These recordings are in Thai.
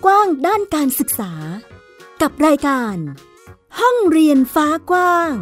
กว้างด้านการศึกษากับรายการห้องเรียนฟ้ากว้าง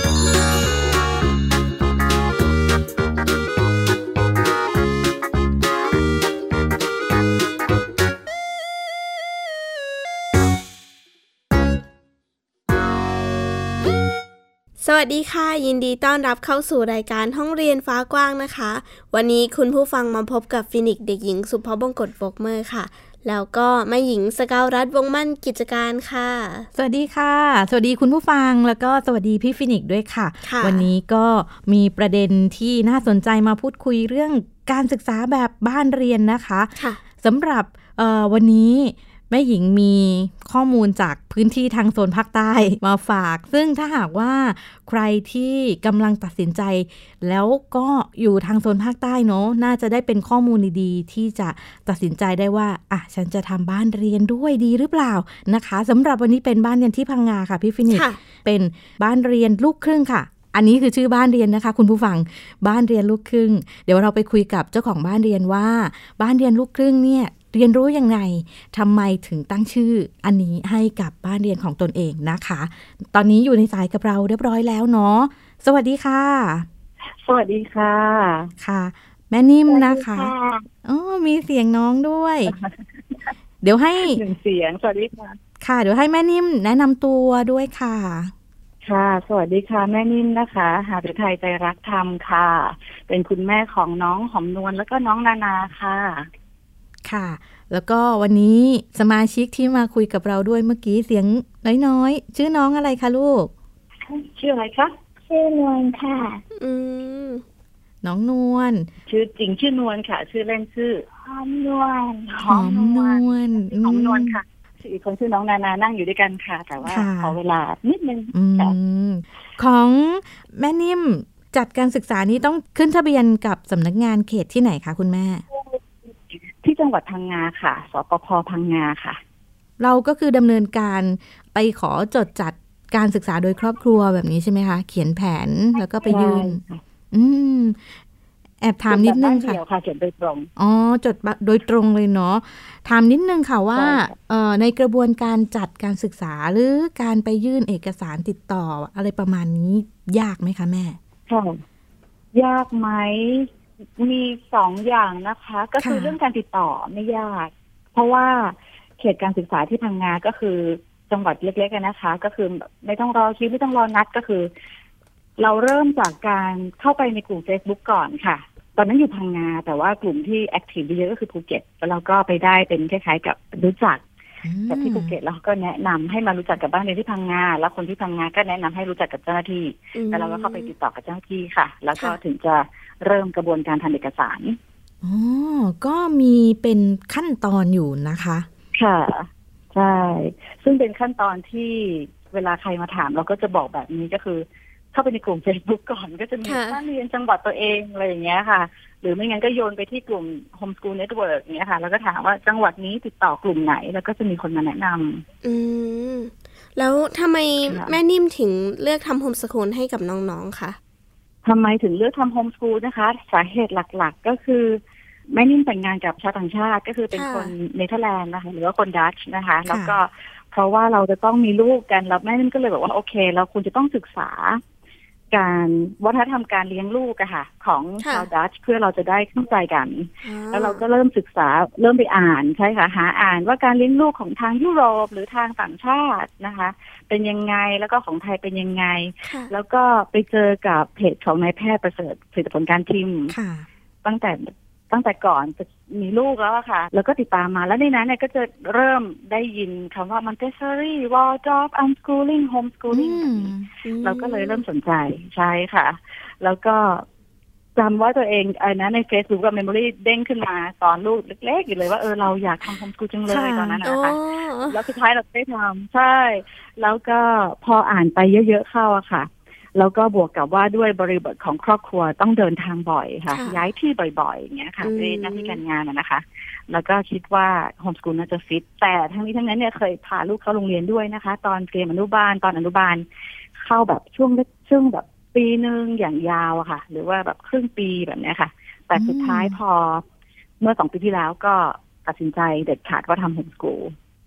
สวัสดีค่ะยินดีต้อนรับเข้าสู่รายการห้องเรียนฟ้ากว้างนะคะวันนี้คุณผู้ฟังมาพบกับฟินิกซ์เด็กหญิงสุภบงกตวกเมอร์ค่ะแล้วก็แม่หญิงสกาวรัตน์วงมั่นกิจการค่ะสวัสดีค่ะสวัสดีคุณผู้ฟังแล้วก็สวัสดีพี่ฟินิกซ์ด้วยค่ะวันนี้ก็มีประเด็นที่น่าสนใจมาพูดคุยเรื่องการศึกษาแบบบ้านเรียนนะคะสำหรับวันนี้แม่หญิงมีข้อมูลจากพื้นที่ทางโซนภาคใต้มาฝากซึ่งถ้าหากว่าใครที่กำลังตัดสินใจแล้วก็อยู่ทางโซนภาคใต้เนาะน่าจะได้เป็นข้อมูลดีๆที่จะตัดสินใจได้ว่าฉันจะทำบ้านเรียนด้วยดีหรือเปล่านะคะสำหรับวันนี้เป็นบ้านเรียนที่พังงาค่ะพี่ฟินิกซ์เป็นบ้านเรียนลูกครึ่งค่ะอันนี้คือชื่อบ้านเรียนนะคะคุณผู้ฟังบ้านเรียนลูกครึ่งเดี๋ยวเราไปคุยกับเจ้าของบ้านเรียนว่าบ้านเรียนลูกครึ่งเนี่ยเรียนรู้ยังไงทำไมถึงตั้งชื่ออันนี้ให้กับบ้านเรียนของตนเองนะคะตอนนี้อยู่ในสายกับเราเรียบร้อยแล้วเนาะสวัสดีค่ะสวัสดีค่ะค่ะแม่นิ่มนะคะมีเสียงน้องด้วย เดี๋ยวให้หนึ่งเสียงสวัสดีค่ะค่ะเดี๋ยวให้แม่นิ่มแนะนำตัวด้วยค่ะค่ะสวัสดีค่ะแม่นิ่มนะคะหาฤทัยใจรักธรรมค่ะเป็นคุณแม่ของน้องหอมนวลแล้วก็น้องนานาค่ะค่ะแล้วก็วันนี้สมาชิกที่มาคุยกับเราด้วยเมื่อกี้เสียงน้อยๆชื่อน้องอะไรคะลูกชื่ออะไรคะชื่อนวลค่ะน้องนวลชื่อจริงชื่อนวลค่ะชื่อเล่นชื่อหอมนวลหอมนวลค่ะอีกคนชื่อน้องนานานั่งอยู่ด้วยกันค่ะแต่ว่าขอเวลานิดนึงของแม่นิ่มจัดการศึกษานี้ต้องขึ้นทะเบียนกับสำนักงานเขตที่ไหนคะคุณแม่ที่จังหวัดพังงาค่ะสปภ.พังงาค่ะเราก็คือดำเนินการไปขอจดจัดการศึกษาโดยครอบครัวแบบนี้ใช่ไหมคะเขียนแผนแล้วก็ไปยื่นแอบถามนิดนึงค่ะจดโดยตรงจดโดยตรงเลยเนาะถามนิดนึงค่ะว่าในกระบวนการจัดการศึกษาหรือการไปยื่นเอกสารติดต่ออะไรประมาณนี้ยากไหมคะแม่ค่ะยากไหมมี2 อย่างนะคะก็คือเรื่องการติดต่อไม่ยากเพราะว่าเขตการศึกษาที่พังงาก็คือจังหวัดเล็กๆนะคะก็คือไม่ต้องรอคิวไม่ต้องรอนัดก็คือเราเริ่มจากการเข้าไปในกลุ่ม Facebook ก่อนค่ะตอนนั้นอยู่พังงาแต่ว่ากลุ่มที่แอคทีฟเยอะก็คือภูเก็ตแล้วเราก็ไปได้เป็นคล้ายๆกับรู้จักจากที่ภูเก็ตแล้วก็แนะนำให้มารู้จักกับบ้านเรียนที่พังงาแล้วคนที่พังงาก็แนะนำให้รู้จักกับเจ้าหน้าที่แล้วเราก็เข้าไปติดต่อกับเจ้าหน้าที่ค่ะแล้วก็ถึงจะเริ่มกระบวนการทำเอกสารก็มีเป็นขั้นตอนอยู่นะคะค่ะใช่ซึ่งเป็นขั้นตอนที่เวลาใครมาถามเราก็จะบอกแบบนี้ก็คือเข้าไปในกลุ่ม Facebook ก่อนก็จะมีบ้านเรียนจังหวัดตัวเองอะไรอย่างเงี้ยค่ะหรือไม่งั้นก็โยนไปที่กลุ่ม Homeschool Network เงี้ยค่ะแล้วก็ถามว่าจังหวัดนี้ติดต่อกลุ่มไหนแล้วก็จะมีคนมาแนะนำแล้วทำไมแม่นิ่มถึงเลือกทำ Homeschool ให้กับน้องๆคะทำไมถึงเลือกทำโฮมสคูลนะคะสาเหตุหลักๆก็คือแม่นิ่มแต่งงานกับชาวต่างชาติก็คือเป็นคนเนเธอร์แลนด์นะคะหรือว่าคนดัตช์นะคะแล้วก็เพราะว่าเราจะต้องมีลูกกันแล้วแม่นิ่มก็เลยบอกว่าโอเคเราควรจะต้องศึกษาการวัฒนธรรมการเลี้ยงลูกอะค่ะของชาวดัตช์เพื่อเราจะได้เข้าใจกันแล้วเราก็เริ่มศึกษาเริ่มไปอ่านใช่ค่ะหาอ่านว่าการเลี้ยงลูกของทางยุโรปหรือทางต่างชาตินะคะเป็นยังไงแล้วก็ของไทยเป็นยังไงแล้วก็ไปเจอกับเพจของนายแพทย์ประเสริฐผลิตผลการทิมตั้งแต่ก่อนจะมีลูกแล้วอะค่ะแล้วก็ติดตามมาแล้วในนั้นเนี่ยก็จะเริ่มได้ยินคำว่า Montessori Waldorf Unschooling Homeschooling เราก็เลยเริ่มสนใจใช่ค่ะแล้วก็จำว่าตัวเองนะใน Facebook กับ Memory เด้งขึ้นมาตอนลูกเล็กๆอยู่เลยว่าเราอยากทำ Homeschool จังเลยตอนนั้นนะคะแล้วสุดท้ายเราได้ทำใช่แล้วก็พออ่านไปเยอะๆเข้าอะค่ะแล้วก็บวกกับว่าด้วยบริบทของครอบครัวต้องเดินทางบ่อยค่ะย้ายที่บ่อยๆอย่างเงี้ยค่ะด้วยหน้าที่การงานนะคะแล้วก็คิดว่าโฮมสกูลน่าจะฟิตแต่ทั้งนี้ทั้งนั้นเนี่ยเคยพาลูกเข้าโรงเรียนด้วยนะคะตอนเตรียมอนุบาลตอนอนุบาลเข้าแบบช่วงแบบปีนึงอย่างยาวอะค่ะหรือว่าแบบครึ่งปีแบบนี้ค่ะแต่สุดท้ายพอเมื่อ2 ปีที่แล้วก็ตัดสินใจเด็ดขาดว่าทำโฮมสกูล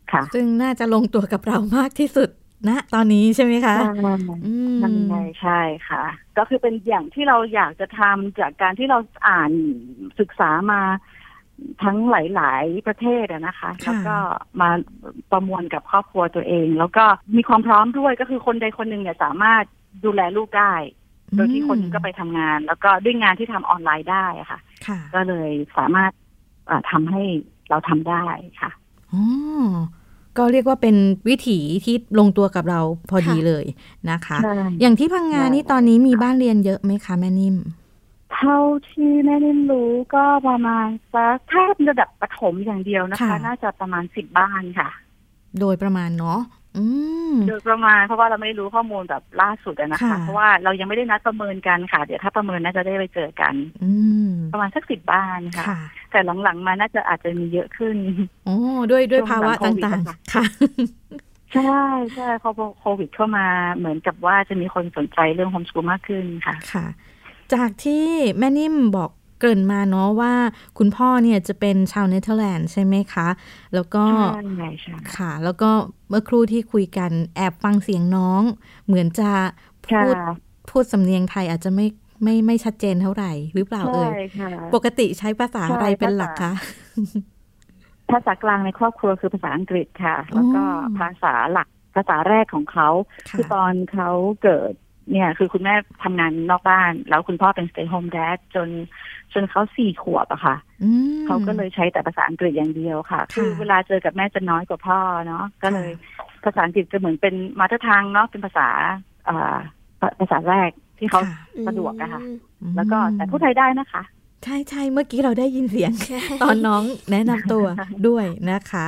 ค่ะซึ่งน่าจะลงตัวกับเรามากที่สุดนะตอนนี้ใช่ไหมคะใช่ค่ะก็คือเป็นอย่างที่เราอยากจะทำจากการที่เราอ่านศึกษามาทั้งหลายๆประเทศนะคะแล้วก็มาประมวลกับครอบครัวตัวเองแล้วก็มีความพร้อมด้วยก็คือคนใดคนหนึ่งเนี่ยสามารถดูแลลูกได้โดยที่คนนึงก็ไปทำงานแล้วก็ด้วยงานที่ทำออนไลน์ได้ค่ะก็เลยสามารถทำให้เราทำได้ค่ะก็เรียกว่าเป็นวิถีที่ลงตัวกับเราพอดีเลยนะคะอย่างที่พังงานี่ตอนนี้มีบ้านเรียนเยอะไหมคะแม่นิ่มเท่าที่แม่นิ่มรู้ก็ประมาณสักถ้าระดับประถมอย่างเดียวนะคะน่าจะประมาณ10 บ้านค่ะโดยประมาณเนาะโดยประมาณเพราะว่าเราไม่รู้ข้อมูลแบบล่าสุดนะคะเพราะว่าเรายังไม่ได้นัดประเมินกันค่ะเดี๋ยวถ้าประเมินน่าจะได้ไปเจอกันประมาณสัก10 บ้านค่ะแต่หลังๆมาน่าจะอาจจะมีเยอะขึ้นด้วยภาวะต่างๆค่ะใช่ใช่พอโควิดเข้ามาเหมือนกับว่าจะมีคนสนใจเรื่องโฮมสคูลมากขึ้นค่ะค่ะจากที่แม่นิ่มบอกเกริ่นมาเนาะว่าคุณพ่อเนี่ยจะเป็นชาวเนเธอร์แลนด์ใช่ไหมคะแล้วก็ค่ะแล้วก็เมื่อครู่ที่คุยกันแอบฟังเสียงน้องเหมือนจะพูดสำเนียงไทยอาจจะไม่ชัดเจนเท่าไหร่หรือเปล่าปกติใช้ภาษาอะไรเป็นหลักคะภาษากลางในครอบครัวคือภาษาอังกฤษค่ะแล้วก็ภาษาหลักภาษาแรกของเขาคือตอนเขาเกิดเนี่ยคือคุณแม่ทำงานนอกบ้านแล้วคุณพ่อเป็น stay home dad จนเขา4 ขวบอะค่ะเขาก็เลยใช้แต่ภาษาอังกฤษอย่างเดียวค่ะคือเวลาเจอกับแม่จะน้อยกว่าพ่อเนาะก็เลยภาษาอังกฤษจะเหมือนเป็นมาตรฐานเนาะเป็นภาษาแรกที่เขาสะดวกอะค่ะแล้วก็แต่พูดไทยได้นะคะใช่เมื่อกี้เราได้ยินเสียงตอนน้องแนะนำตัวด้วยนะคะ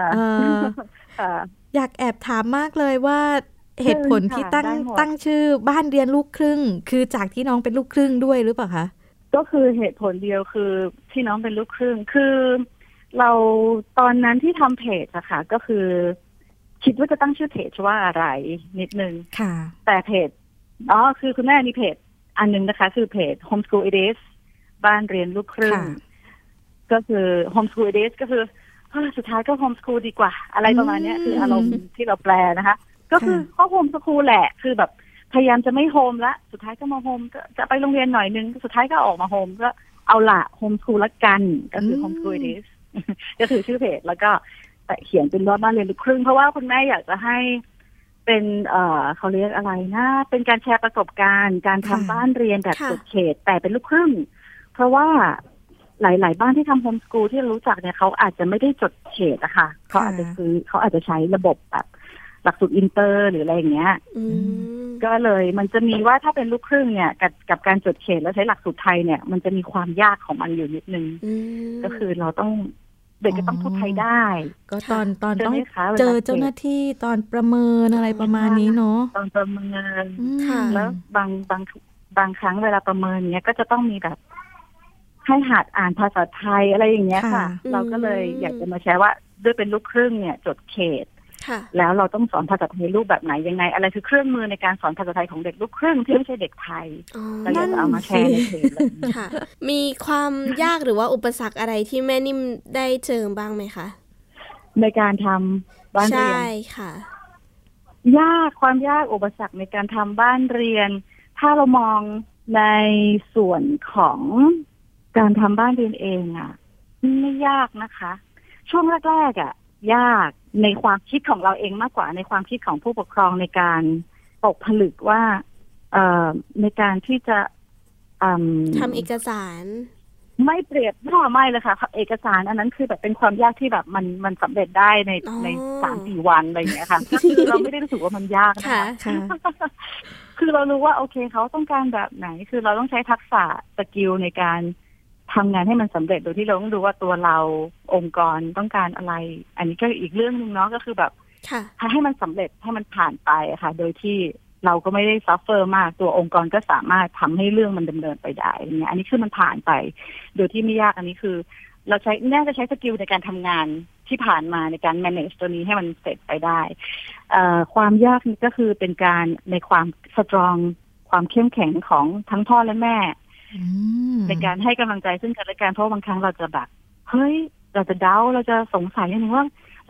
อยากแอบถามมากเลยว่าเหตุผลที่ตั้งชื่อบ้านเรียนลูกครึ่งคือจากที่น้องเป็นลูกครึ่งด้วยหรือเปล่าคะก็คือเหตุผลเดียวคือที่น้องเป็นลูกครึ่งคือเราตอนนั้นที่ทำเพจอะค่ะก็คือคิดว่าจะตั้งชื่อเพจว่าอะไรนิดนึงค่ะแต่เพจคือคุณแม่มีเพจอันนึงนะคะคือเพจ Homeschool It Is บ้านเรียนลูกครึ่งก็คือ Homeschool It Is ก็คือสุดท้ายก็ Homeschool ดีกว่าอะไรประมาณนี้คืออารมณ์ที่เราแปลนะคะก็คือก็โฮมสคูลแหละคือแบบพยายามจะไม่โฮมละสุดท้ายก็มาโฮมก็จะไปโรงเรียนหน่อยนึงสุดท้ายก็ออกมาโฮมก็เอาละโฮมสคูลละกันก็คือโฮมสคูลดิสก็คือชื่อเพจแล้วก็เขียนเป็นบ้านเรียนลูกครึ่งเพราะว่าคุณแม่อยากจะให้เป็นเขาเรียกอะไรนะเป็นการแชร์ประสบการณ์การทำบ้านเรียนแบบจดเขตแต่เป็นลูกครึ่งเพราะว่าหลายๆบ้านที่ทำโฮมสคูลที่เรารู้จักเนี่ยเขาอาจจะไม่ได้จดเขตอะค่ะเขาอาจจะใช้ระบบแบบหลักสูตรอินเตอร์หรืออะไรอย่างเงี้ยก็เลยมันจะมีว่าถ้าเป็นลูกครึ่งเนี่ยกับการจดเขตแล้วใช้หลักสูตรไทยเนี่ยมันจะมีความยากของมันอยู่นิดนึงก็คือเราต้องเด็กก็ต้องพูดไทยได้ก็ตอนต้องเจอเจ้าหน้าที่ตอนประเมินอะไรประมาณนี้เนาะตอนประเมินแล้วบางครั้งเวลาประเมินเนี้ยก็จะต้องมีแบบให้หัดอ่านภาษาไทยอะไรอย่างเงี้ยค่ะเราก็เลยอยากจะมาแชร์ว่าด้วยเป็นลูกครึ่งเนี่ยจดเขตแล้วเราต้องสอนภาษาไทยรูปแบบไหนยังไงอะไรคือเครื่องมือในการสอนภาษาไทยของเด็กลูกครึ่งที่ไม่ใช่เด็กไทยเราอยากจะเอามาแชร์ในเพจเลยมีความยากหรือว่าอุปสรรคอะไรที่แม่นิ่มได้เจอบ้างไหมคะในการทำบ้านเรียนใช่ค่ะความยากอุปสรรคในการทำบ้านเรียนถ้าเรามองในส่วนของการทำบ้านเรียนเองอ่ะไม่ยากนะคะช่วงแรกๆอ่ะยากในความคิดของเราเองมากกว่าในความคิดของผู้ปกครองในการตกผลึกว่าในการที่จะทำเอกสารไม่เปรียบไม่เลยค่ะเอกสารอันนั้นคือแบบเป็นความยากที่แบบมันสำเร็จได้ใน 3-4 วันอะไรอย่างเงี้ยค่ะก็คือเราไม่ได้รู้สึกว่ามันยากนะคะคือเรารู้ว่าโอเคเขาต้องการแบบไหนคือเราต้องใช้ทักษะสกิลในการทำงานให้มันสำเร็จโดยที่เราต้องดูว่าตัวเราองค์กรต้องการอะไรอันนี้ก็อีกเรื่องนึงเนาะก็คือแบบให้มันสำเร็จให้มันผ่านไปค่ะโดยที่เราก็ไม่ได้ซัฟเฟอร์มากตัวองค์กรก็สามารถทำให้เรื่องมันดำเนินไปได้อย่างเงี้ยอันนี้คือมันผ่านไปโดยที่ไม่ยากอันนี้คือเราน่าจะใช้สกิลในการทำงานที่ผ่านมาในการ manage ตัวนี้ให้มันเสร็จไปได้ความยากนี่ก็คือเป็นการในความสตรองความเข้มแข็งของทั้งพ่อและแม่ในการให้กำลังใจซึ่งกันและกันเพราะบางครั้งเราจะแบบเฮ้ยเราจะเดาเราจะสงสัยนิดนึงว่า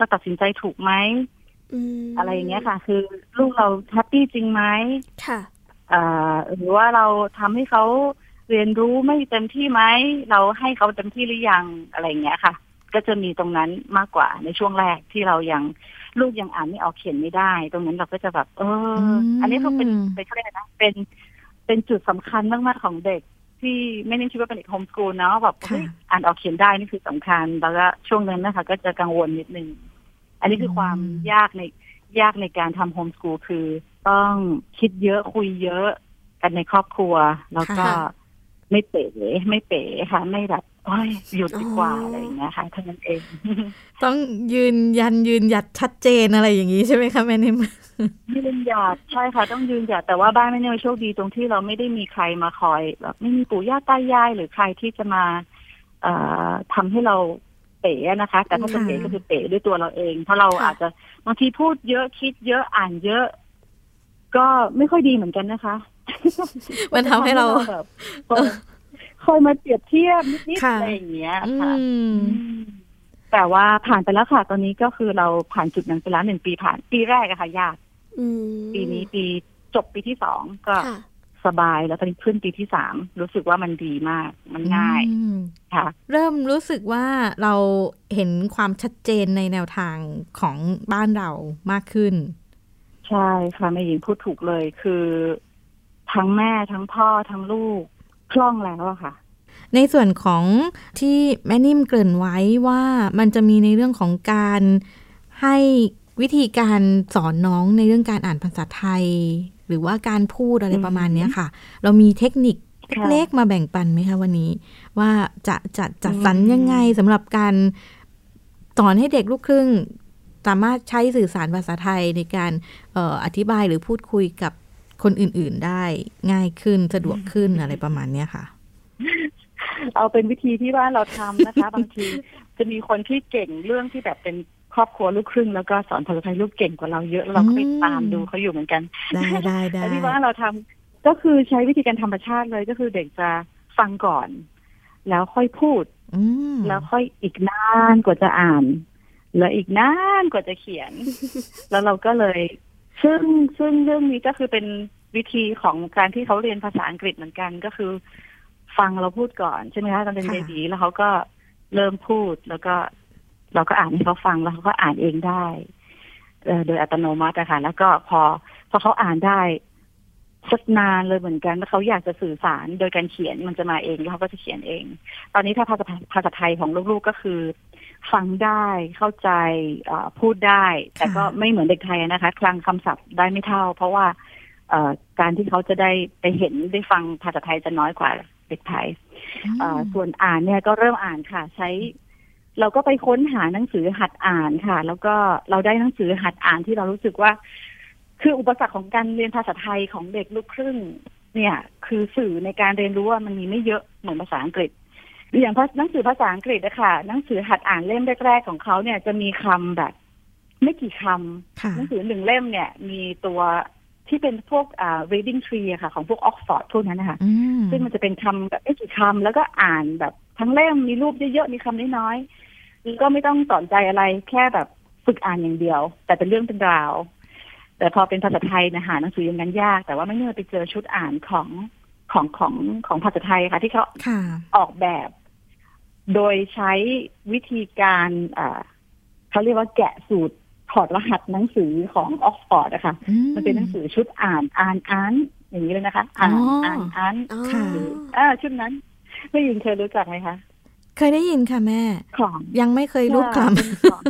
เราตัดสินใจถูกไหมอะไรอย่างเงี้ยค่ะคือลูกเราแฮปปี้จริงไหมค่ะหรือว่าเราทำให้เขาเรียนรู้ไม่เต็มที่ไหมเราให้เขาเต็มที่หรือยังอะไรอย่างเงี้ยค่ะก็จะมีตรงนั้นมากกว่าในช่วงแรกที่เรายังลูกยังอ่านไม่ออกเขียนไม่ได้ตรงนั้นเราก็จะแบบอันนี้ก็เป็นเขาเรียกนะเป็นจุดสำคัญมากๆของเด็กที่ไม่ได้คิดว่าเป็นเด็กโฮมสกูลเนาะแบบอ่านออกเขียนได้นี่คือสำคัญแล้วก็ช่วงนั้นนะคะก็จะกังวลนิดนึงอันนี้คือความยากในการทำโฮมสกูลคือต้องคิดเยอะคุยเยอะกันในครอบครัวแล้วก็ไม่เป๋ค่ะไม่แบบหยุดดีกว่าอะไรอย่างเงี้ยค่ะเท่านั้นเองต้องยืนหยัดชัดเจนอะไรอย่างนี้ใช่ไหมคะแม่นิ่มยืนหยัดใช่ค่ะต้องยืนหยัดแต่ว่าบ้านแม่นิ่มโชคดีตรงที่เราไม่ได้มีใครมาคอยแบบไม่มีปู่ย่าตายายหรือใครที่จะมาทำให้เราเป๋นะคะแต่ถ้าจะเป๋ก็คือเป๋ด้วยตัวเราเองเพราะเราอาจจะบางทีพูดเยอะคิดเยอะอ่านเยอะก็ไม่ค่อยดีเหมือนกันนะคะมันทำให้เราแบบคอยมาเปรียบเทียบนิดๆอะไรอย่างเงี้ยค่ะแต่ว่าผ่านไปแล้วค่ะตอนนี้ก็คือเราผ่านจุดนั้นไปแล้ว1 ปีผ่านปีแรกอะค่ะยากปีนี้ปีจบปีที่2ก็สบายแล้วตอนนี้ขึ้นปีที่3รู้สึกว่ามันดีมากมันง่ายค่ะเริ่มรู้สึกว่าเราเห็นความชัดเจนในแนวทางของบ้านเรามากขึ้นใช่ค่ะแม่หญิงพูดถูกเลยคือทั้งแม่ทั้งพ่อทั้งลูกคล่องแล้วอะค่ะในส่วนของที่แม่นิ่มเกริ่นไว้ว่ามันจะมีในเรื่องของการให้วิธีการสอนน้องในเรื่องการอ่านภาษาไทยหรือว่าการพูดอะไรประมาณนี้ค่ะเรามีเทคนิคเล็กๆมาแบ่งปันไหมคะวันนี้ว่าจะจัดสรรยังไงสำหรับการสอนให้เด็กลูกครึ่งสามารถใช้สื่อสารภาษาไทยในการอธิบายหรือพูดคุยกับคนอื่นๆได้ง่ายขึ้นสะดวกขึ้นอะไรประมาณนี้ค่ะเอาเป็นวิธีที่ว่าเราทำนะคะ บางทีจะมีคนที่เก่งเรื่องที่แบบเป็นครอบครัวลูกครึ่งแล้วก็สอนภาษาไทยลูกเก่งกว่าเราเยอะเราก็ไปตามดูเขาอยู่เหมือนกันได้แต่ที่ว่าเราทำก็คือใช้วิธีการธรรมชาติเลยก็คือเด็กจะฟังก่อนแล้วค่อยพูดแล้วค่อยอีกนานกว่าจะอ่านแล้วอีกนานกว่าจะเขียน แล้วเราก็เลยซึ่งเรื่องนี้ก็คือเป็นวิธีของการที่เขาเรียนภาษาอังกฤษเหมือนกันก็คือฟังเราพูดก่อนใช่ไหมคะตอนเป็นเบบีแล้วเขาก็เริ่มพูดแล้วก็เราก็อ่านให้เขาฟังแล้วเขาก็อ่านเองได้โดยอัตโนมัตินะคะแล้วก็พอเขาอ่านได้สักนานเลยเหมือนกันแล้วเขาอยากจะสื่อสารโดยการเขียนมันจะมาเองแล้วเขาก็จะเขียนเองตอนนี้ถ้าภาษาไทยของลูกๆก็คือฟังได้เข้าใจพูดได้แต่ก็ไม่เหมือนเด็กไทยนะคะคลังคำศัพท์ได้ไม่เท่าเพราะว่าการที่เขาจะได้ไปเห็นได้ฟังภาษาไทยจะน้อยกว่าเด็กไทยส่วนอ่านเนี่ยก็เริ่มอ่านค่ะเราก็ไปค้นหาหนังสือหัดอ่านค่ะแล้วก็เราได้หนังสือหัดอ่านที่เรารู้สึกว่าคืออุปสรรคของการเรียนภาษาไทยของเด็กลูกครึ่งเนี่ยคือสื่อในการเรียนรู้ว่ามันมีไม่เยอะเหมือนภาษาอังกฤษอย่างหนังสือภาษาอังกฤษนะคะหนังสือหัดอ่านเล่มแรกๆของเขาเนี่ยจะมีคำแบบไม่กี่คำหนังสือ1 เล่มเนี่ยมีตัวที่เป็นพวกreading tree อะค่ะของพวกออกฟอร์ดพวกนั้นนะคะซึ่งมันจะเป็นคำแบบไม่กี่คำแล้วก็อ่านแบบทั้งเล่มมีรูปเยอะๆมีคำน้อยๆแล้วก็ไม่ต้องสนใจอะไรแค่แบบฝึกอ่านอย่างเดียวแต่เป็นเรื่องเป็นราวแต่พอเป็นภาษาไทยนะหาหนังสืออย่างนั้นยากแต่ว่าไม่เนื่อไปเจอชุดอ่านของภาษาไทยค่ะที่เขาออกแบบโดยใช้วิธีการเขาเรียกว่าแกะสูตรถอดรหัสหนังสือของออกฟอร์ดนะคะมันเป็นหนังสือชุดอ่านอย่างนี้เลยนะคะอ่านชุดนั้นไม่ยินเคยรู้จักไหมคะเคยได้ยินค่ะแม่ยังไม่เคยรูปคำ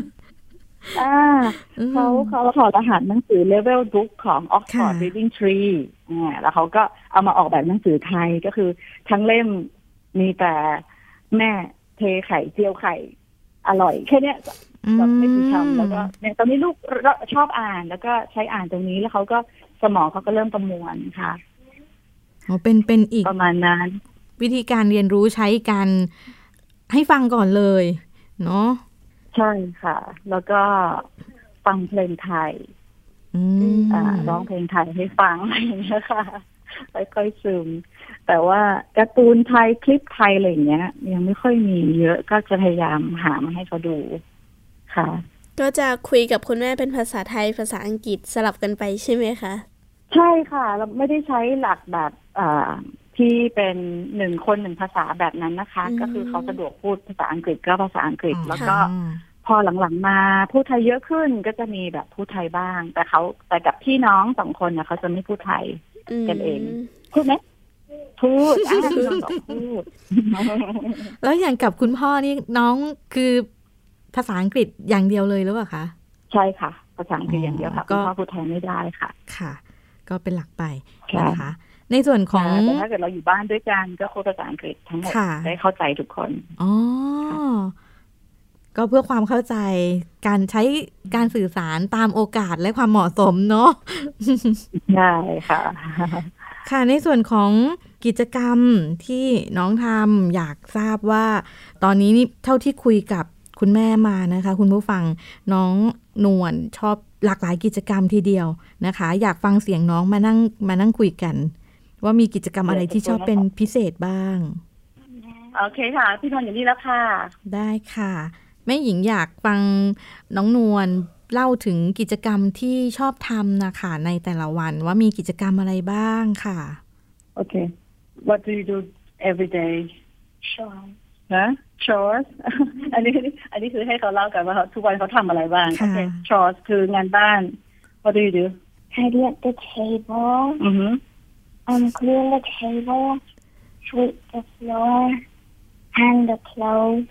เขาถอดรหัสหนังสือ Level Book ของ Oxford Reading Tree แล้วเขาก็เอามาออกแบบหนังสือไทยก็คือทั้งเล่มมีแต่แม่เทไข่เจียวไข่อร่อยแค่นี้แบบไม่กี่คำแล้วก็เนี่ยตอนนี้ลูกชอบอ่านแล้วก็ใช้อ่านตรงนี้แล้วเขาก็สมองเขาก็เริ่มประมวลค่ะเป็นอีกประมาณนั้นวิธีการเรียนรู้ใช้กันให้ฟังก่อนเลยเนาะใช่ค่ะแล้วก็ฟังเพลงไทยร้องเพลงไทยให้ฟังอะไรอย่างเงี้ยค่ะค่อยๆซึมแต่ว่าการ์ตูนไทยคลิปไทยอะไรอย่างเงี้ยยังไม่ค่อยมีเยอะก็จะพยายามหามาให้เขาดูค่ะก็จะคุยกับคุณแม่เป็นภาษาไทยภาษาอังกฤษสลับกันไปใช่ไหมคะใช่ค่ะเราไม่ได้ใช้หลักแบบที่เป็น1 คน1ภาษาแบบนั้นนะคะก็คือเขาสะดวกพูดภาษาอังกฤษก็ภาษาอังกฤษแล้วก็พอหลังๆมาพูดไทยเยอะขึ้นก็จะมีแบบพูดไทยบ้างแต่กับพี่น้อง2 คนเนี่ยเขาจะไม่พูดไทยกันเองพูดไหมพูดพูดแล้วอย่างกับคุณพ่อนี่น้องคือภาษาอังกฤษอย่างเดียวเลยหรือเปล่าคะใช่ค่ะภาษาอังกฤษอย่างเดียวค่ะคุณพ่อพูดไทยไม่ได้ค่ะค่ะก็เป็นหลักไปนะคะในส่วนของแต่ถ้าเกิดเราอยู่บ้านด้วยกันก็คุยภาษาอังกฤษทั้งหมดได้เข้าใจทุกคนอ๋อก็เพื่อความเข้าใจการใช้การสื่อสารตามโอกาสและความเหมาะสมเนาะใช่ค่ะค่ะในส่วนของกิจกรรมที่น้องทำอยากทราบว่าตอนนี้นี่เท่าที่คุยกับคุณแม่มานะคะคุณผู้ฟังน้องนวลชอบหลากหลายกิจกรรมทีเดียวนะคะอยากฟังเสียงน้องมานั่งคุยกันว่ามีกิจกรรมอะไรที่ชอบเป็นพิเศษบ้างโอเคค่ะพี่นวลอยู่นี่แล้วค่ะได้ค่ะแม่หญิงอยากฟังน้องนวลเล่าถึงกิจกรรมที่ชอบทำนะคะในแต่ละวันว่ามีกิจกรรมอะไรบ้างค่ะโอเค What do you do every day Chores ฮะ Chores อันนี้คือให้เขาเล่ากันว่าทุกวันเขาทำอะไรบ้างโอเค Chores คืองานบ้าน What do you do Tidy up the table clean the table sweep the floor hang the clothes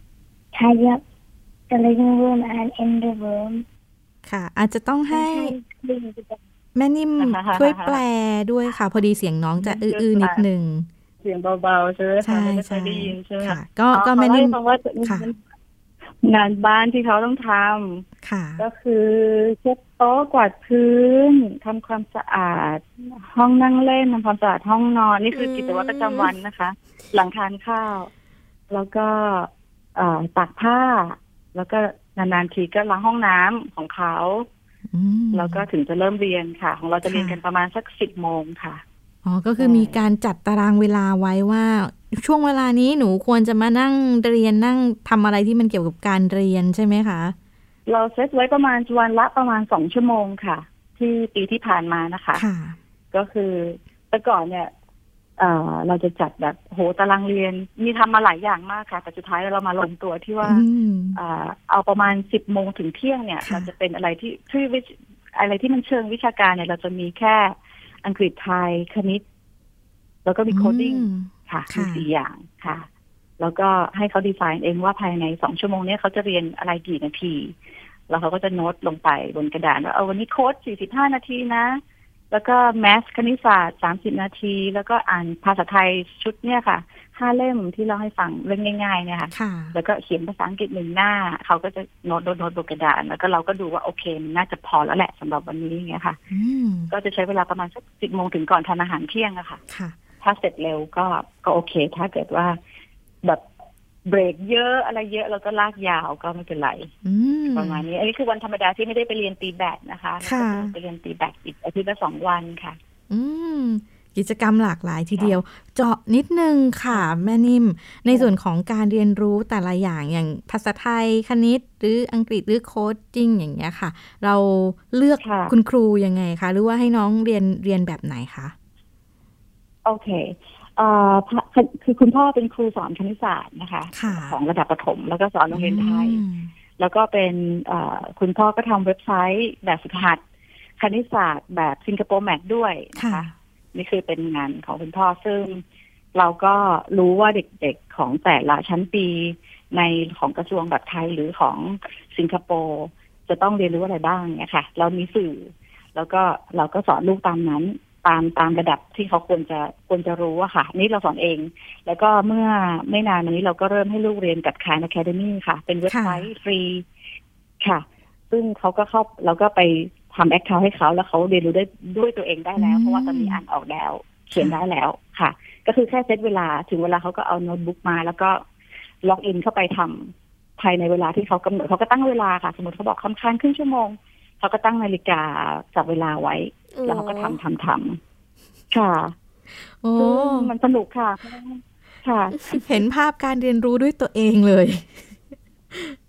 tidy up the living room and in the room ค่ะอาจจะต้องให้แม่นิ่มช่วยแปลด้วยค่ะพอดีเสียงน้องจะอื้อๆนิดนึงเสียงเบาๆใช่ไหมคะไม่ค่อยได้ยินใช่ไหมค่ะก็แม่นิ่มค่ะงานบ้านที่เขาต้องทำก็คือเช็ดโต๊ะกวาดพื้นทำความสะอาดห้องนั่งเล่นทำความสะอาดห้องนอนนี่คือกิจวัตรประจำวันนะคะหลังทานข้าวแล้วก็ตักผ้าแล้วก็นานๆทีก็ล้างห้องน้ำของเขาแล้วก็ถึงจะเริ่มเรียนค่ะของเราจะเรียนกันประมาณสัก10 โมงค่ะอ๋อก็คือมีการจัดตารางเวลาไว้ว่าช่วงเวลานี้หนูควรจะมานั่งเรียนนั่งทำอะไรที่มันเกี่ยวกับการเรียนใช่ไหมคะเราเซตไว้ประมาณวันละประมาณ2 ชั่วโมงค่ะที่ปีที่ผ่านมานะคะก็คือแต่ก่อนเนี่ยเราจะจัดแบบตารางเรียนมีทำมาหลายอย่างมากค่ะแต่สุดท้ายเรามาลงตัวที่ว่าเอาประมาณ10 โมงถึงเที่ยงเนี่ยเราจะเป็นอะไรที่อะไรที่มันเชิงวิชาการเนี่ยเราจะมีแค่อังกฤษไทยคณิตแล้วก็มีโคดดิ้งค่ะมี4 อย่างค่ะแล้วก็ให้เขาดีไซน์เองว่าภายใน2 ชั่วโมงนี้เขาจะเรียนอะไรกี่นาทีแล้วเขาก็จะโน้ตลงไปบนกระดาษว่าวันนี้โค้ด45 นาทีนะแล้วก็แมทคณิตศาสตร์30 นาทีแล้วก็อ่านภาษาไทยชุดเนี่ยค่ะ5 เล่มที่เราให้ฟังเรื่องง่ายๆเนี่ยค่ะแล้วก็เขียนภาษาอังกฤษ1 หน้าเขาก็จะโน้ตบนกระดาษแล้วก็เราก็ดูว่าโอเคมันน่าจะพอแล้วแหละสำหรับวันนี้เงี้ยค่ะก็จะใช้เวลาประมาณสัก10 โมงถึงก่อนทานอาหารเที่ยงอะค่ะถ้าเสร็จเร็วก็โอเคถ้าเกิดว่าแบบเบรกเยอะอะไรเยอะเราก็ลากยาวก็ไม่เป็นไรประมาณนี้อันนี้คือวันธรรมดาที่ไม่ได้ไปเรียนตีแบดนะคะไปเรียนตีแบดอีกอาทิตย์ละ2 วันค่ะกิจกรรมหลากหลายทีเดียวเจาะนิดนึงค่ะแม่นิ่มในส่วนของการเรียนรู้แต่ละอย่างภาษาไทยคณิตหรืออังกฤษหรือโค้ชจิ้งอย่างเงี้ยค่ะเราเลือกคุณครูยังไงคะหรือว่าให้น้องเรียนแบบไหนคะโอเคคือคุณพ่อเป็นครูสอนคณิตศาสตร์นะคะของระดับประถมแล้วก็สอนโรงเรียนไทยแล้วก็เป็นคุณพ่อก็ทำเว็บไซต์แบบฝึกหัดคณิตศาสตร์แบบสิงคโปร์แมทด้วยนะคะนี่คือเป็นงานของคุณพ่อซึ่งเราก็รู้ว่าเด็กๆของแต่ละชั้นปีในของกระทรวงแบบไทยหรือของสิงคโปร์จะต้องเรียนรู้อะไรบ้างเนี่ยค่ะเรามีสื่อแล้วก็เราก็สอนลูกตามนั้นตามระดับที่เขาควรจะรู้อะค่ะนี่เราสอนเองแล้วก็เมื่อไม่นานมานี้เราก็เริ่มให้ลูกเรียนกับKhan Academyค่ะเป็นเว็บไซต์ฟรีค่ะซึ่งเขาก็เราก็ไปทำแอคเคาท์ให้เขาแล้วเขาเรียนรู้ได้ด้วยตัวเองได้แล้วเพราะว่าตอนนี้อ่านออกแล้วเขียนได้แล้วค่ะก็คือแค่เซตเวลาถึงเวลาเขาก็เอาโน้ตบุ๊กมาแล้วก็ล็อกอินเข้าไปทำภายในเวลาที่เขากำหนดเขาก็ตั้งเวลาค่ะสมมติเขาบอกคำครึ่งชั่วโมงเขาก็ตั้งนาฬิกาจับเวลาไว้แล้วเขาก็ทำค่ะมันสนุกค่ะเห็นภาพการเรียนรู้ด้วยตัวเองเลย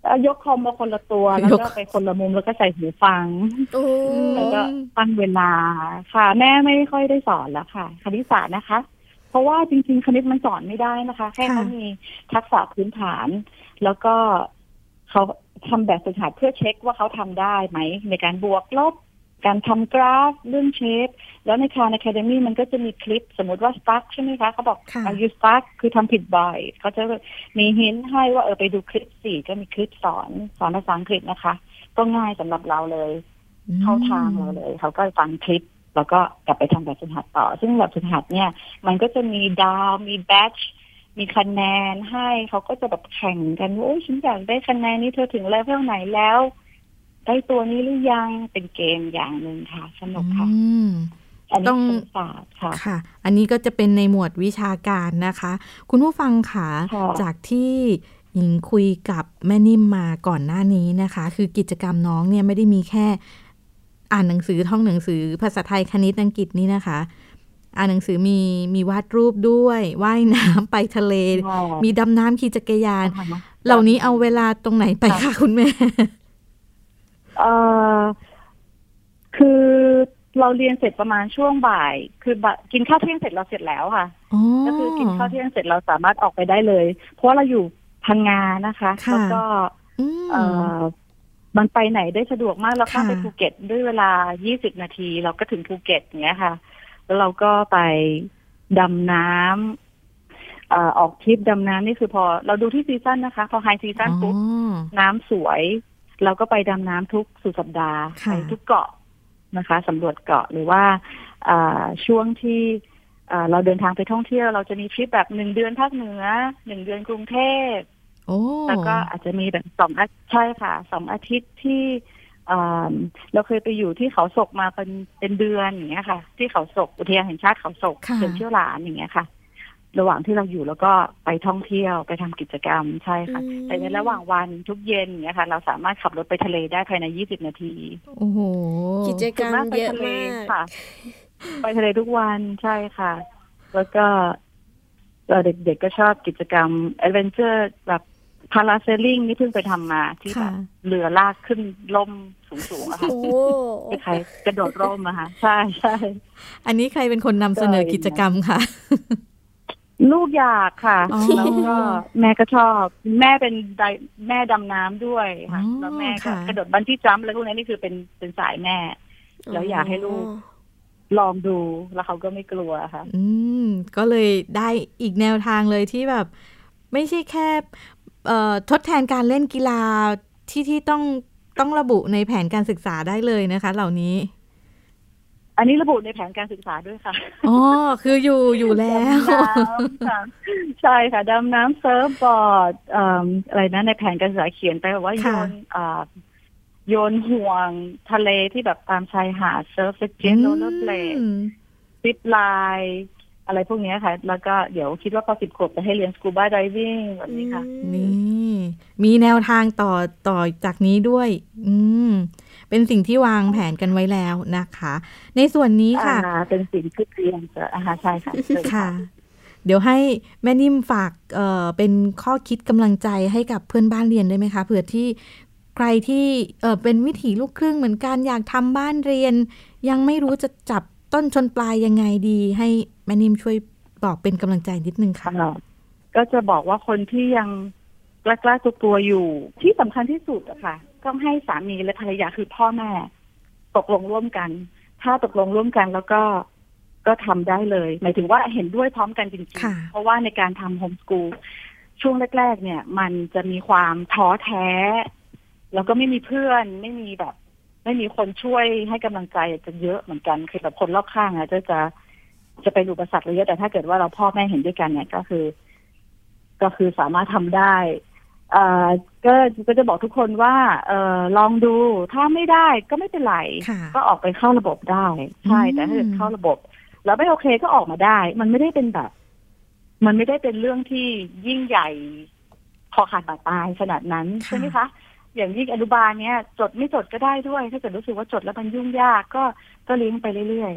ยกคอมมาคนละตัวแล้วก็ไปคนละมุมแล้วก็ใส่หูฟังแล้วก็ตั้งเวลาค่ะแม่ไม่ค่อยได้สอนแล้วค่ะคณิตศาสตร์นะคะเพราะว่าจริงๆคณิตมันสอนไม่ได้นะคะแค่เขามีทักษะพื้นฐานแล้วก็เขาทำแบบฝึกหัดเพื่อเช็คว่าเขาทำได้ไหมในการบวกลบการทำกราฟเรื่องเชฟแล้วในKhan Academyมันก็จะมีคลิปสมมติว่า stuck ใช่ไหมคะเขาบอก you stuck คือทำผิดบ่อยเขาจะมีหินให้ว่าไปดูคลิป4ก็มีคลิปสอนภาษาอังกฤษนะคะก็ง่ายสำหรับเราเลยเข้าทางเราเลยเขาก็ฟังคลิปแล้วก็กลับไปทำแบบฝึกหัดต่อซึ่งแบบฝึกหัดเนี่ยมันก็จะมีดาวมีแบทช์มีคะแนนให้เขาก็จะแบบแข่งกันว่าโอ้ฉันอยากได้คะแนนนี้เธอถึงเลเวลไหนแล้วได้ตัวนี้หรือยังเป็นเกมอย่างหนึ่งค่ะสนุกค่ะอันนี้เป็นศาสตร์ค่ะอันนี้ก็จะเป็นในหมวดวิชาการนะคะคุณผู้ฟังค่ะจากที่หญิงคุยกับแม่นิ่มมาก่อนหน้านี้นะคะคือกิจกรรมน้องเนี่ยไม่ได้มีแค่อ่านหนังสือท่องหนังสือภาษาไทยคณิตอังกฤษนี่นะคะอ่านหนังสือมีวาดรูปด้วยว่ายน้ำไปทะเลมีดำน้ำขี่จักรยานเหล่านี้เอาเวลาตรงไหนไปคะคุณแม่คือเราเรียนเสร็จประมาณช่วงบ่ายคือกินข้าวเที่ยงเสร็จเราเสร็จแล้วค่ะก็คือกินข้าวเที่ยงเสร็จเราสามารถออกไปได้เลยเพราะเราอยู่พังงานะคะแล้วก็มันไปไหนได้สะดวกมากเราข้ามไปภูเก็ตด้วยเวลา20นาทีเราก็ถึงภูเก็ตอย่างเงี้ยค่ะแล้วเราก็ไปดำน้ำออกทริปดำน้ำนี่คือพอเราดูที่ซีซั่นนะคะพอไฮซีซั่นปุ๊บน้ำสวยเราก็ไปดำน้ำทุกสุดสัปดาห์ไปทุกเกาะนะคะสำรวจเกาะหรือว่าช่วงที่เราเดินทางไปท่องเที่ยวเราจะมีทริปแบบ1 เดือนภาคเหนือ1 เดือนกรุงเทพแล้วก็อาจจะมีแบบใช่ค่ะ2 อาทิตย์ที่เราเคยไปอยู่ที่เขาศกมาเป็นเดือนอย่างเงี้ยค่ะที่เขาศกอุทยานแห่งชาติเขาศกเขื่อนเชี่ยวหลานอย่างเงี้ยค่ะระหว่างที่เราอยู่แล้วก็ไปท่องเที่ยวไปทำกิจกรรมใช่ค่ะแต่ในระหว่างวันทุกเย็นเนี่ยค่ะเราสามารถขับรถไปทะเลได้ภายใน20นาทีโอ้โหกิจกรรมเยอะมากค่ะไปทะเลทุกวันใช่ค่ะแล้วก็เด็กๆก็ชอบกิจกรรมแอดเวนเจอร์แบบพาราเซลลิงนี่เพิ่งไปทำมาที่แบบเรือลากขึ้นล่มสูงๆอะค่ะใครกระโดดร่มอะค่ะใช่ใช่อันนี้ใครเป็นคนนำเสนอกิจกรรมคะลูกอยากค่ะแล้วก็แม่ก็ชอบแม่เป็นแม่ดำน้ำด้วยค่ะแล้วแม่ก็กระโดดบันจี้จัมป์อะไรพวกนี้นี่คือเป็นสายแม่แล้วอยากให้ลูกลองดูแล้วเขาก็ไม่กลัวค่ะก็เลยได้อีกแนวทางเลยที่แบบไม่ใช่แค่ทดแทนการเล่นกีฬาที่ต้องระบุในแผนการศึกษาได้เลยนะคะเหล่านี้อันนี้ระบุในแผนการศึกษาด้วยค่ะอ๋อคืออยู่แล้วใช่ค่ะดำน้ำเซิร์ฟบอร์ดอะไรนะในแผนการศึกษาเขียนไปว่าโยนห่วงทะเลที่แบบตามชายหาดเซิร์ฟเจ็ตโรลเลอร์เบลดซิปไลน์อะไรพวกนี้ค่ะแล้วก็เดี๋ยวคิดว่าพอ10 ขวบจะให้เรียนสกูบาไดวิ่งแบบนี้ค่ะนี่มีแนวทางต่อจากนี้ด้วยเป็นสิ่งที่วางแผนกันไว้แล้วนะคะในส่วนนี้ค่ะเป็นสิ่งที่เตรียมจะใช่ค่ะค่ะเดี๋ยวให้แม่นิ่มฝากเป็นข้อคิดกำลังใจให้กับเพื่อนบ้านเรียนได้ไหมคะเผื่อที่ใครที่เป็นวิถีลูกครึ่งเหมือนกันอยากทำบ้านเรียนยังไม่รู้จะจับต้นชนปลายยังไงดีให้แม่นิ่มช่วยบอกเป็นกำลังใจนิดนึงค่ะก็จะบอกว่าคนที่ยังกล้าตัวอยู่ที่สำคัญที่สุดอะค่ะต้องให้สามีและภรรยาคือพ่อแม่ตกลงร่วมกันถ้าตกลงร่วมกันแล้วก็ทำได้เลยหมายถึงว่าเห็นด้วยพร้อมกันจริงๆเพราะว่าในการทำโฮมสกูลช่วงแรกๆเนี่ยมันจะมีความท้อแท้แล้วก็ไม่มีเพื่อนไม่มีคนช่วยให้กำลังใจจะเยอะเหมือนกันคือแบบคนรอบข้างอะจะเป็นอุปสรรคเยอะแต่ถ้าเกิดว่าเราพ่อแม่เห็นด้วยกันเนี่ยก็คือสามารถทำได้ก็จะบอกทุกคนว่าลองดูถ้าไม่ได้ก็ไม่เป็นไรก็ออกไปเข้าระบบได้ใช่แต่ถ้าเกิดเข้าระบบแล้วไม่โอเคก็ออกมาได้มันไม่ได้เป็นเรื่องที่ยิ่งใหญ่คอขาดบาดตายขนาดนั้นใช่ไหมคะอย่างที่อนุบาลเนี้ยจดไม่จดก็ได้ด้วยถ้าเกิดรู้สึกว่าจดแล้วมันยุ่งยากก็เลี้ยงไปเรื่อย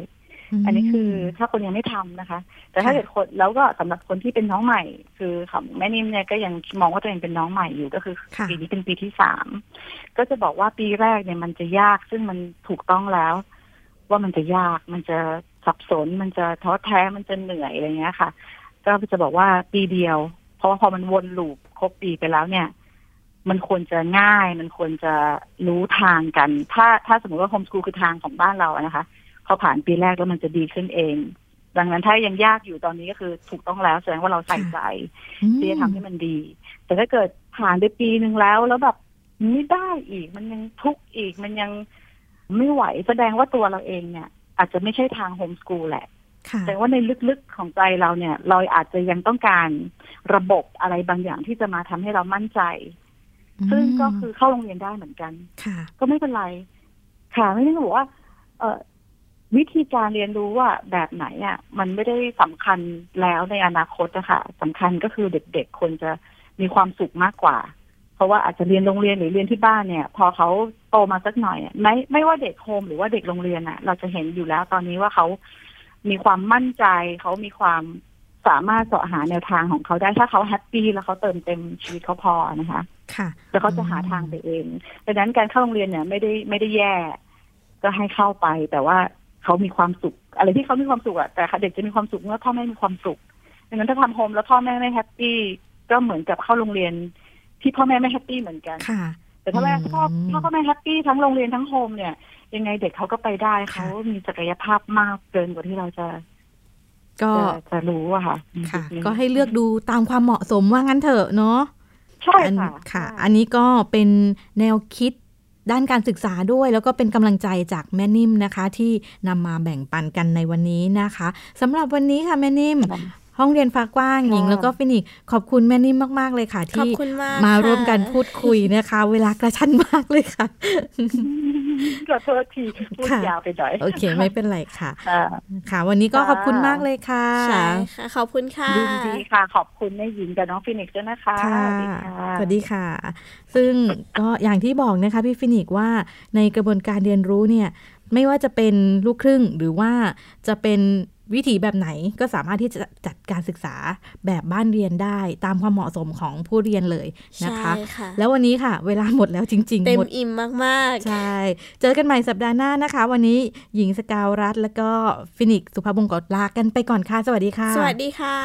อันนี้คือถ้าคนยังไม่ทำนะคะแต่ถ้าเกิดคนแล้วก็สำหรับคนที่เป็นน้องใหม่คือของแม่นิ่มเนี่ยก็ยังมองว่าตัวเองเป็นน้องใหม่อยู่ก็คือปีนี้เป็นปีที่3ก็จะบอกว่าปีแรกเนี่ยมันจะยากซึ่งมันถูกต้องแล้วว่ามันจะยากมันจะสับสนมันจะท้อแท้มันจะเหนื่อยอะไรเงี้ยค่ะก็จะบอกว่าปีเดียวเพราะว่าพอมันวนลูปครบปีไปแล้วเนี่ยมันควรจะง่ายมันควรจะรู้ทางกันถ้าสมมติว่าโฮมสคูลคือทางของบ้านเรานะคะพอผ่านปีแรกแล้วมันจะดีขึ้นเองดังนั้นถ้ายังยากอยู่ตอนนี้ก็คือถูกต้องแล้วแสดงว่าเราใส่ใจที่จะทำให้มันดีแต่ถ้าเกิดผ่านไปปีนึงแล้วแบบไม่ได้อีกมันยังทุกข์อีกมันยังไม่ไหวแสดงว่าตัวเราเองเนี่ยอาจจะไม่ใช่ทางโฮมสคูลแหละแต่ว่าในลึกๆของใจเราเนี่ยเราอาจจะยังต้องการระบบอะไรบางอย่างที่จะมาทำให้เรามั่นใจซึ่งก็คือเข้าโรงเรียนได้เหมือนกันก็ไม่เป็นไรค่ะไม่ได้บอกว่าวิธีการเรียนรู้ว่าแบบไหนอ่ะมันไม่ได้สำคัญแล้วในอนาคตนะคะสำคัญก็คือเด็กๆควรจะมีความสุขมากกว่าเพราะว่าอาจจะเรียนโรงเรียนหรือเรียนที่บ้านเนี่ยพอเขาโตมาสักหน่อยไม่ว่าเด็กโฮมหรือว่าเด็กโรงเรียนอ่ะเราจะเห็นอยู่แล้วตอนนี้ว่าเขามีความมั่นใจเขามีความสามารถเสาะหาแนวทางของเขาได้ถ้าเขาแฮปปี้แล้วเขาเติมเต็มชีวิตเขาพอนะคะค่ะแล้วเขาจะหาทางไปเองดังนั้นการเข้าโรงเรียนเนี่ยไม่ได้แย่ก็ให้เข้าไปแต่ว่าเขามีความสุขอะไรที่เขามีความสุขอะแต่เด็กจะมีความสุขเมื่อพ่อแม่มีความสุขดังนั้นถ้าทำโฮมแล้วพ่อแม่ไม่แฮปปี้ก็เหมือนกับเข้าโรงเรียนที่พ่อแม่ไม่แฮปปี้เหมือนกันแต่ถ้าพ่อแม่แฮปปี้ทั้งโรงเรียนทั้งโฮมเนี่ยยังไงเด็กเขาก็ไปได้เขามีศักยภาพมากเกินกว่าที่เราจะรู้อะค่ะก็ให้เลือกดูตามความเหมาะสมว่างั้นเถอะเนาะใช่ค่ะอันนี้ก็เป็นแนวคิดด้านการศึกษาด้วยแล้วก็เป็นกำลังใจจากแม่นิ่มนะคะที่นำมาแบ่งปันกันในวันนี้นะคะสำหรับวันนี้ค่ะแม่นิ่มห้องเรียนฟ้ากว้างหญิงแล้วก็ฟินิกขอบคุณแม่นิ่มมากๆเลยค่ะที่มาร่วมกันพูดคุยนะคะเวลากระชั้นมากเลยค่ะขอโทษทีพูดยาวไปหน่อยโอเคไม่เป็นไรค่ะค่ะวันนี้ก็ขอบคุณมากเลยค่ะใช่ค่ะขอบคุณค่ะยินดีค่ะขอบคุณแม่หญิงกับน้องฟินิกซ์ด้วยนะคะสวัสดีค่ะซึ่งก็อย่างที่บอกนะคะพี่ฟินิกซ์ว่าในกระบวนการเรียนรู้เนี่ยไม่ว่าจะเป็นลูกครึ่งหรือว่าจะเป็นวิถีแบบไหนก็สามารถที่จะจัดการศึกษาแบบบ้านเรียนได้ตามความเหมาะสมของผู้เรียนเลยนะคะแล้ววันนี้ค่ะเวลาหมดแล้วจริงๆเต็มอิ่มมากๆใช่เจอกันใหม่สัปดาห์หน้านะคะวันนี้หญิงสกาวรัตน์แล้วก็ฟินิกซ์สุภาพบงกตลากันไปก่อนค่ะสวัสดีค่ะสวัสดีค่ะ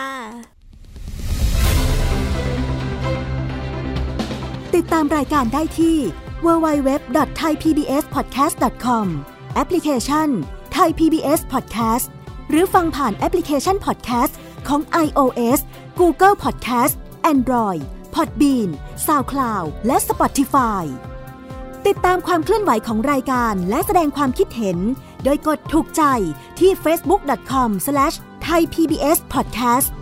ติดตามรายการได้ที่ www.thaipbspodcast.com แอปพลิเคชัน Thai PBS Podcastหรือฟังผ่านแอปพลิเคชัน Podcast ของ iOS, Google Podcast, Android, Podbean, SoundCloud และ Spotify ติดตามความเคลื่อนไหวของรายการและแสดงความคิดเห็นโดยกดถูกใจที่ facebook.com/thaipbspodcast